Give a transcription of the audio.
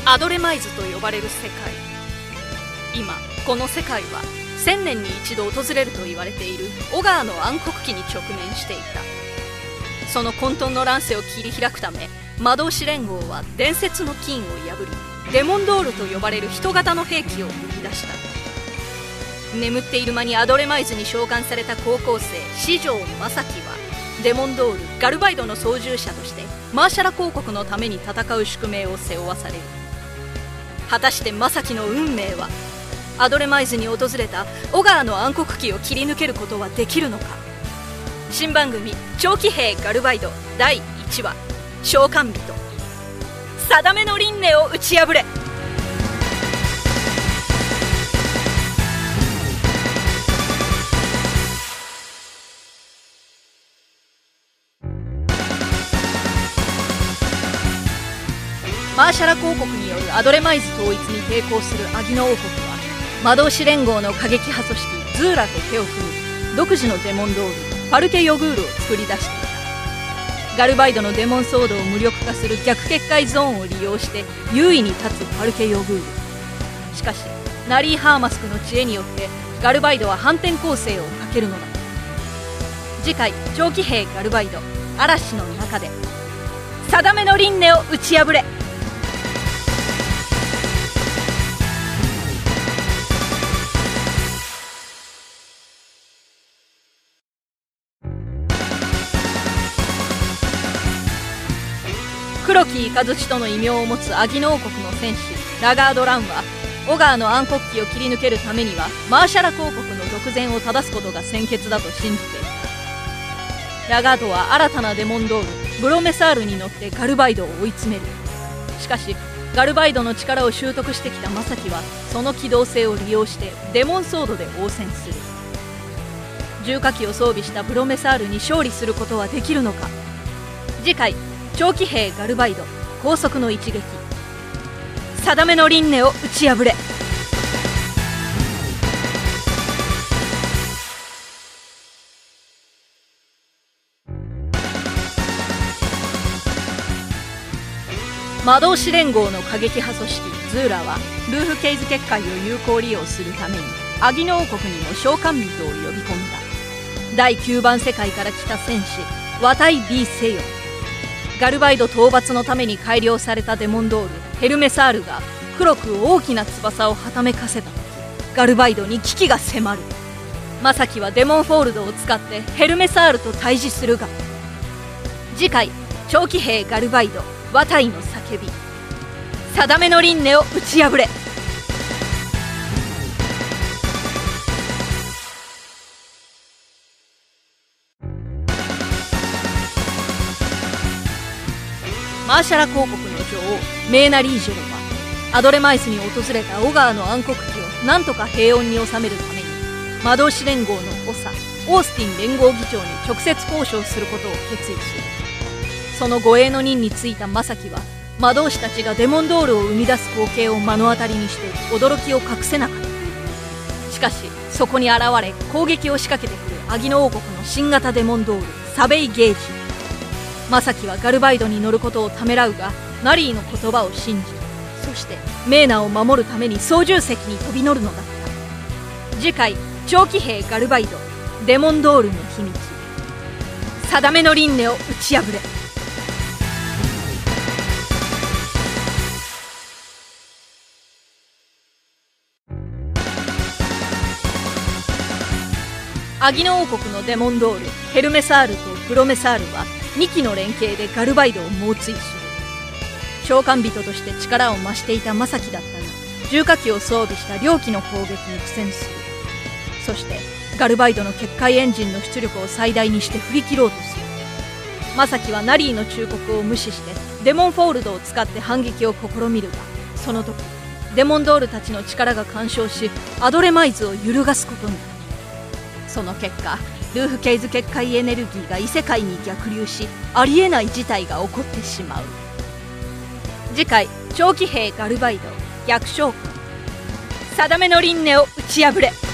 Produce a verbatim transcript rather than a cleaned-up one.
アドレマイズと呼ばれる世界。今この世界は千年に一度訪れると言われているオガーの暗黒期に直面していた。その混沌の乱世を切り開くため、魔導士連合は伝説の金を破り、デモンドールと呼ばれる人型の兵器を生み出した。眠っている間にアドレマイズに召喚された高校生四条正樹は、デモンドールガルバイドの操縦者としてマーシャラ公国のために戦う宿命を背負わされる。果たして正樹の運命は、アドレマイズに訪れたオガーの暗黒期を切り抜けることはできるのか。新番組長騎兵ガルバイドだいいちわ、召喚人。定めの輪廻を打ち破れ。マーシャラ公国によるアドレマイズ統一に抵抗するアギノ王国は、魔導士連合の過激派組織ズーラと手を組み、独自のデモンドールパルケ・ヨグールを作り出していた。ガルバイドのデモンソードを無力化する逆結界ゾーンを利用して優位に立つパルケ・ヨグール。しかしナリー・ハーマスクの知恵によってガルバイドは反転攻勢をかけるのだ。次回長騎兵ガルバイド嵐の中で、定めの輪廻を打ち破れ。黒き雷との異名を持つアギノ王国の戦士ラガード・ランは、オガーの暗黒期を切り抜けるためにはマーシャラ公国の独善を正すことが先決だと信じていた。ラガードは新たなデモンドールブロメサールに乗ってガルバイドを追い詰める。しかしガルバイドの力を習得してきた正樹は、その機動性を利用してデモンソードで応戦する。重火器を装備したブロメサールに勝利することはできるのか。次回長騎兵ガルバイド高速の一撃。定めの輪廻を打ち破れ。魔導士連合の過激派組織ズーラは、ルーフケイズ結界を有効利用するためにアギノ王国にも召喚人を呼び込んだ。だいきゅうばん世界から来た戦士ワタイ・ビー・セヨン。ガルバイド討伐のために改良されたデモンドールヘルメサールが黒く大きな翼をはためかせた時、ガルバイドに危機が迫る。正樹はデモンフォールドを使ってヘルメサールと対峙するが、次回長騎兵ガルバイドワタイの叫び。定めの輪廻を打ち破れ。マーシャラ公国の女王メーナ・リージェロは、アドレマイスに訪れたオガーの暗黒期をなんとか平穏に収めるために、魔導士連合の長オースティン連合議長に直接交渉することを決意する。その護衛の任に就いた正樹は、魔導士たちがデモンドールを生み出す光景を目の当たりにして驚きを隠せなかった。しかしそこに現れ攻撃を仕掛けてくるアギノ王国の新型デモンドールサベイ・ゲージ。正樹はガルバイドに乗ることをためらうが、ナリーの言葉を信じ、そしてメーナを守るために操縦席に飛び乗るのだった。次回長騎兵ガルバイドデモンドールの秘密。定めの輪廻を打ち破れ。アギノ王国のデモンドールヘルメサールとブロメサールはにきの連携でガルバイドを猛追する。召喚人として力を増していた正樹だったが、重火器を装備した両機の攻撃に苦戦する。そしてガルバイドの結界エンジンの出力を最大にして振り切ろうとする。正樹はナリーの忠告を無視してデモンフォールドを使って反撃を試みるが、その時デモンドールたちの力が干渉し、アドレマイズを揺るがすことになる。その結果ルーフケイズ結界エネルギーが異世界に逆流し、ありえない事態が起こってしまう。次回長騎兵ガルバイド逆召喚。定めの輪廻を打ち破れ。